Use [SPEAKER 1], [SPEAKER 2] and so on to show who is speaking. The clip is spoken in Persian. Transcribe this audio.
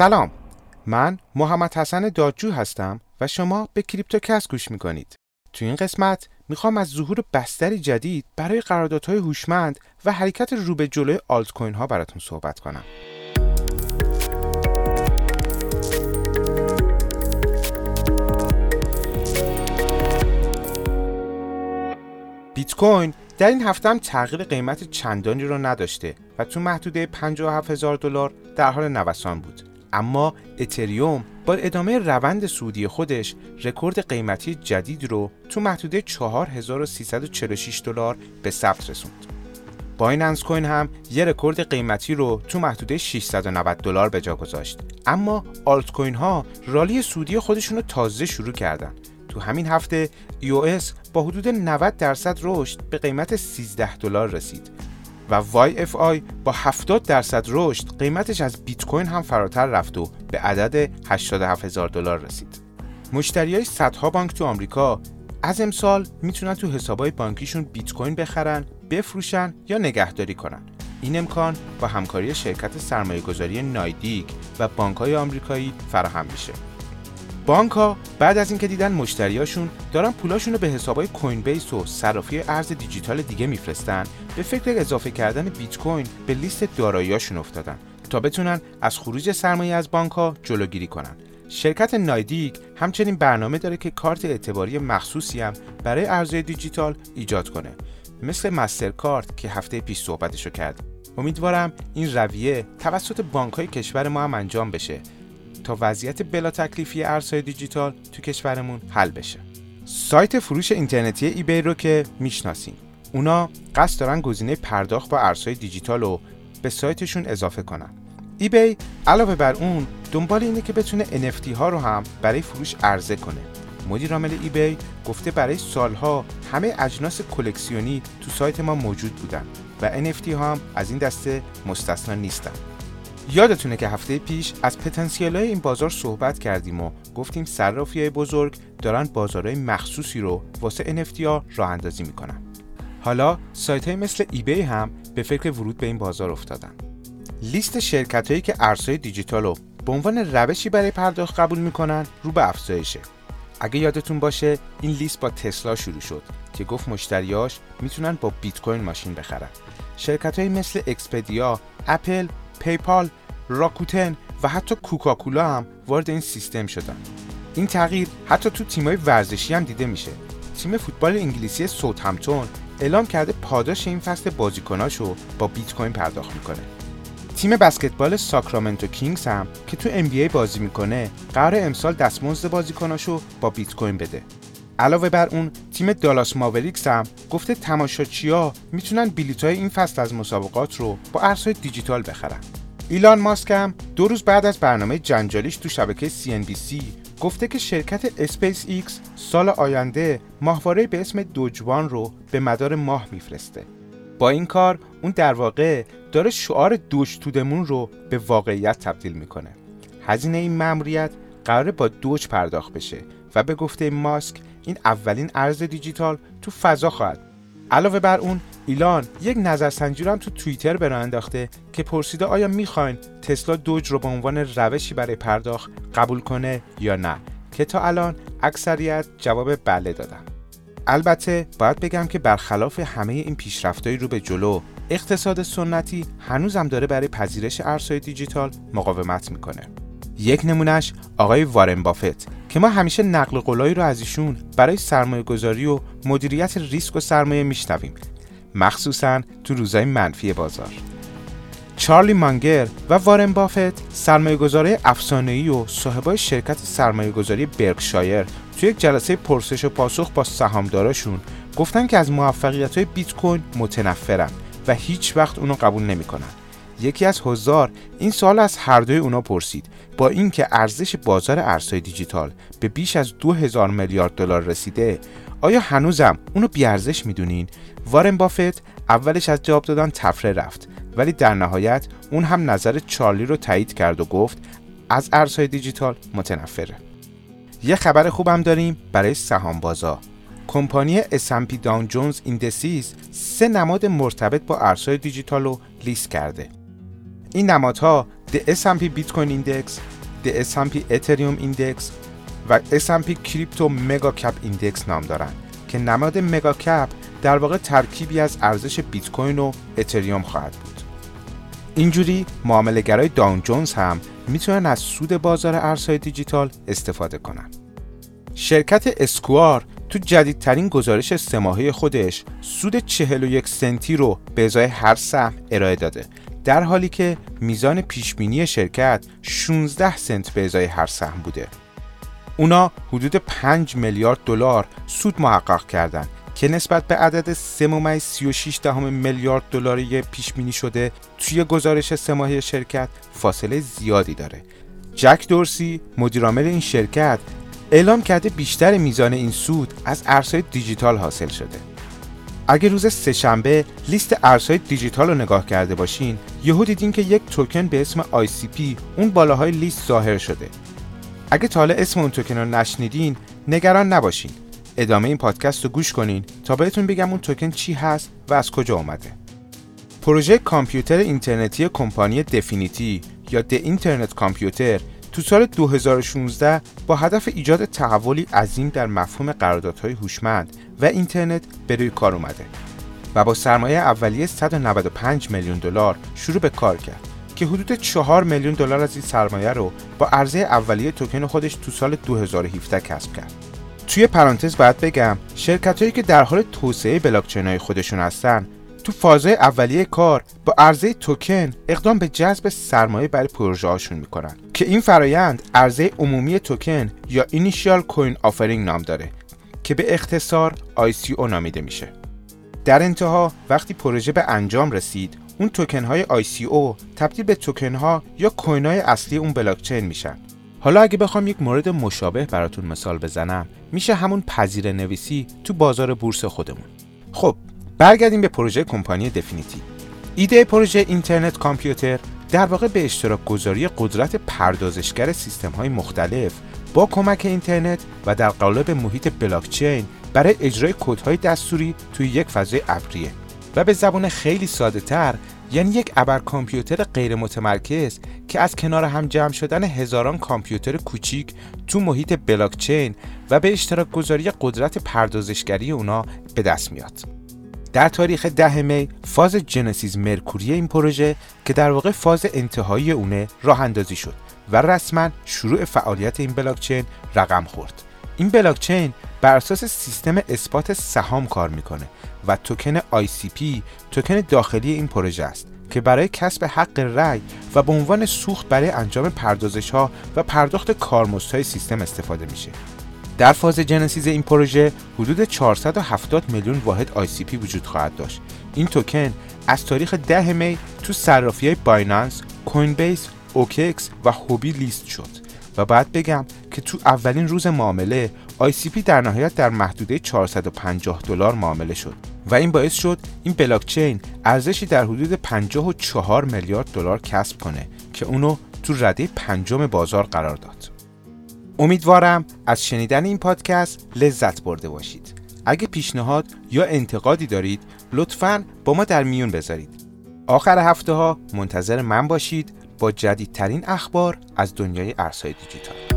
[SPEAKER 1] سلام، من محمد حسن دادجو هستم و شما به کریپتوکست گوش میکنید. تو این قسمت میخوام از ظهور بستری جدید برای قراردادهای هوشمند و حرکت رو به جلوی آلت کوین ها براتون صحبت کنم. بیت کوین در این هفته هم تغییر قیمت چندانی رو نداشته و تو محدوده $57,000 در حال نوسان بود. اما اتریوم با ادامه روند صعودی خودش رکورد قیمتی جدید رو تو محدوده $4,346 به ثبت رسوند. بایننس کوین هم یه رکورد قیمتی رو تو محدوده $690 به جا گذاشت. اما آلت کوین ها رالی صعودی خودشون رو تازه شروع کردن. تو همین هفته EOS با حدود 90% رشد به قیمت $13 رسید و YFI با 70% رشد قیمتش از بیت کوین هم فراتر رفت و به عدد $87,000 رسید. مشتریای صدها بانک تو آمریکا از امسال میتونن تو حسابای بانکیشون بیت کوین بخرن، بفروشن یا نگهداری کنن. این امکان با همکاری شرکت سرمایه‌گذاری نایدیک و بانک‌های آمریکایی فراهم میشه. بانک‌ها بعد از اینکه دیدن مشتریاشون دارن پولاشون رو به حسابای کوین بیس و صرافی ارز دیجیتال دیگه میفرستن، به فکر اضافه کردن بیت کوین به لیست دارایی‌هاشون افتادن تا بتونن از خروج سرمایه از بانک‌ها جلوگیری کنن. شرکت نایدیک همچنین برنامه داره که کارت اعتباری مخصوصی هم برای ارزهای دیجیتال ایجاد کنه، مثل مسترکارد که هفته پیش صحبتشو کرد. امیدوارم این رویه توسط بانک‌های کشور ما هم انجام بشه تا وضعیت بلا تکلیفی ارزهای دیجیتال تو کشورمون حل بشه. سایت فروش اینترنتی ایبی رو که میشناسین. اونا قصد دارن گزینه پرداخت با ارزهای دیجیتال رو به سایتشون اضافه کنن. ایبی علاوه بر اون دنبال اینه که بتونه NFT ها رو هم برای فروش عرضه کنه. مدیر عامل ایبی گفته برای سالها همه اجناس کلکسیونی تو سایت ما موجود بودن و NFT ها هم از این دسته مستثنا نیستن. یادتونه که هفته پیش از پتانسیل‌های این بازار صحبت کردیم و گفتیم صرافی‌های بزرگ دارن بازارهای مخصوصی رو واسه NFT ها راه اندازی میکنن. حالا سایت‌های مثل ایبی هم به فکر ورود به این بازار افتادن. لیست شرکت‌هایی که ارزهای دیجیتال رو به عنوان روشی برای پرداخت قبول میکنن رو به افزایشه. اگه یادتون باشه این لیست با تسلا شروع شد که گفت مشتریاش میتونن با بیت کوین ماشین بخرن. شرکت‌هایی مثل اکسپدیا، اپل، پیپال، راکوتن و حتی کوکاکولا هم وارد این سیستم شدن. این تغییر حتی تو تیم‌های ورزشی هم دیده میشه. تیم فوتبال انگلیسی ساوثهمپتون اعلام کرده پاداش این فصل بازیکناشو با بیت کوین پرداخت میکنه. تیم بسکتبال ساکرامنتو کینگز هم که تو NBA بازی میکنه قراره امسال دستمزد بازیکناشو با بیت کوین بده. علاوه بر اون تیم دالاس ماوریکس هم گفته تماشاچی‌ها میتونن بلیط‌های این فصل از مسابقات رو با ارزهای دیجیتال بخرن. ایلان ماسک هم 2 روز بعد از برنامه جنجالیش تو شبکه CNBC گفته که شرکت اسپیس ایکس سال آینده ماهواره‌ای به اسم دوجوان رو به مدار ماه میفرسته. با این کار اون در واقع داره شعار دوج تو دمون رو به واقعیت تبدیل میکنه. هزینه این مأموریت قراره با دوج پرداخت بشه و به گفته ماسک این اولین ارز دیجیتال تو فضا خواهد. علاوه بر اون ایلان یک نظرسنجی رو هم تو توییتر به راه انداخته که پرسیده آیا میخواین تسلا دوج رو به عنوان روشی برای پرداخت قبول کنه یا نه، که تا الان اکثریت جواب بله دادن. البته باید بگم که برخلاف همه این پیشرفت‌های رو به جلو، اقتصاد سنتی هنوزم داره برای پذیرش ارزهای دیجیتال مقاومت میکنه. یک نمونهش آقای وارن بافت که ما همیشه نقل قولایی رو از ایشون برای سرمایه‌گذاری و مدیریت ریسک و سرمایه میشنویم، مخصوصاً تو روزهای منفی بازار. چارلی مانگر و وارن بافت سرمایه‌گذارای افسانه‌ای و صاحبای شرکت سرمایه‌گذاری برکشایر تو یک جلسه پرسش و پاسخ با سهامداراشون گفتن که از موفقیت‌های بیت کوین متنفرن و هیچ وقت اونو قبول نمی‌کنن. یکی از حضار این سوال از هر دوی اونا پرسید: با اینکه ارزش بازار ارزهای دیجیتال به بیش از $2,000 میلیارد رسیده، آیا هنوزم اونو بی‌ارزش میدونین؟ وارن بافت اولش از جواب دادن تفره رفت، ولی در نهایت اون هم نظر چارلی رو تایید کرد و گفت از ارزهای دیجیتال متنفره. یه خبر خوبم داریم برای سهام بازار. کمپانی S&P Dow Jones Indices 3 نماد مرتبط با ارزهای دیجیتال رو لیست کرده. این نمادها The S&P Bitcoin Index، The S&P Ethereum Index و S&P Crypto Mega Cap Index نام دارند که نماد مگا کپ در واقع ترکیبی از ارزش بیت کوین و اتریوم خواهد بود. اینجوری معامله‌گرای داون جونز هم میتونن از سود بازار ارزهای دیجیتال استفاده کنن. شرکت اسکوار تو جدیدترین گزارش سه‌ماهه خودش سود 41 سنتی رو به ازای هر سهم ارائه داده، در حالی که میزان پیشبینی شرکت 16 سنت به ازای هر سهم بوده. اونا حدود 5 میلیارد دلار سود محقق کردن که نسبت به عدد 3.36 میلیارد دلاری پیشبینی شده توی گزارش سه‌ماهه شرکت فاصله زیادی داره. جک دورسی مدیرعامل این شرکت اعلام کرده بیشتر میزان این سود از ارزهای دیجیتال حاصل شده. اگه روز سه‌شنبه لیست ارزهای دیجیتال رو نگاه کرده باشین، یهو دیدین که یک توکن به اسم ICP اون بالاهای لیست ظاهر شده. اگه تا حالا اسم اون توکن رو نشنیدین، نگران نباشین. ادامه این پادکست رو گوش کنین تا بهتون بگم اون توکن چی هست و از کجا اومده. پروژه کامپیوتر اینترنتی کمپانی دفینیتی یا د اینترنت کامپیوتر تو سال 2016 با هدف ایجاد تحولی عظیم در مفهوم قراردادهای هوشمند و اینترنت به روی کار اومده و با سرمایه اولیه 195 میلیون دلار شروع به کار کرد که حدود 4 میلیون دلار از این سرمایه رو با عرضه اولیه توکن خودش تو سال 2017 کسب کرد. توی پرانتز باید بگم شرکتایی که در حال توسعه بلاکچین‌های خودشون هستن تو فازهای اولیه کار با عرضه توکن اقدام به جذب سرمایه برای پروژه‌هاشون میکنن که این فرایند عرضه عمومی توکن یا Initial Coin Offering نام داره که به اختصار ICO نامیده میشه. در انتها وقتی پروژه به انجام رسید، اون توکن های ICO تبدیل به توکن ها یا کوین های اصلی اون بلاکچین میشن. حالا اگه بخوام یک مورد مشابه براتون مثال بزنم، میشه همون پذیره نویسی تو بازار بورس خودمون. خب برگردیم به پروژه کمپانی دفینیتی. ایده پروژه اینترنت کامپیوتر در واقع به اشتراک گذاری قدرت پردازشگر سیستم های مختلف با کمک اینترنت و در قالب محیط بلاکچین برای اجرای کدهای دستوری توی یک فضای ابریه و به زبان خیلی ساده تر یعنی یک ابر کامپیوتر غیر متمرکز که از کنار هم جمع شدن هزاران کامپیوتر کوچیک تو محیط بلاکچین و به اشتراک گذاری قدرت پردازشگری اونا به دست میاد. در تاریخ 10 می فاز جنسیس مرکوری این پروژه که در واقع فاز انتهایی اونه راه اندازی شد و رسما شروع فعالیت این بلاکچین رقم خورد. این بلاکچین بر اساس سیستم اثبات سهام کار میکنه و توکن ICP توکن داخلی این پروژه است که برای کسب حق رأی و به عنوان سوخت برای انجام پردازش‌ها و پرداخت کارمزدهای سیستم استفاده میشه. در فاز جنسیس این پروژه حدود 470 میلیون واحد ICP وجود خواهد داشت. این توکن از تاریخ 10 می تو صرافی‌های بایننس، کوین بیس، اوکیکس و هوبی لیست شد و بعد بگم که تو اولین روز معامله ICP در نهایت در محدوده 450 دلار معامله شد و این باعث شد این بلاکچین ارزشی در حدود 54 میلیارد دلار کسب کنه که اونو تو رده پنجم بازار قرار داد. امیدوارم از شنیدن این پادکست لذت برده باشید. اگه پیشنهاد یا انتقادی دارید لطفاً با ما در میون بذارید. آخر هفته ها منتظر من باشید با جدیدترین اخبار از دنیای ارزهای دیجیتال.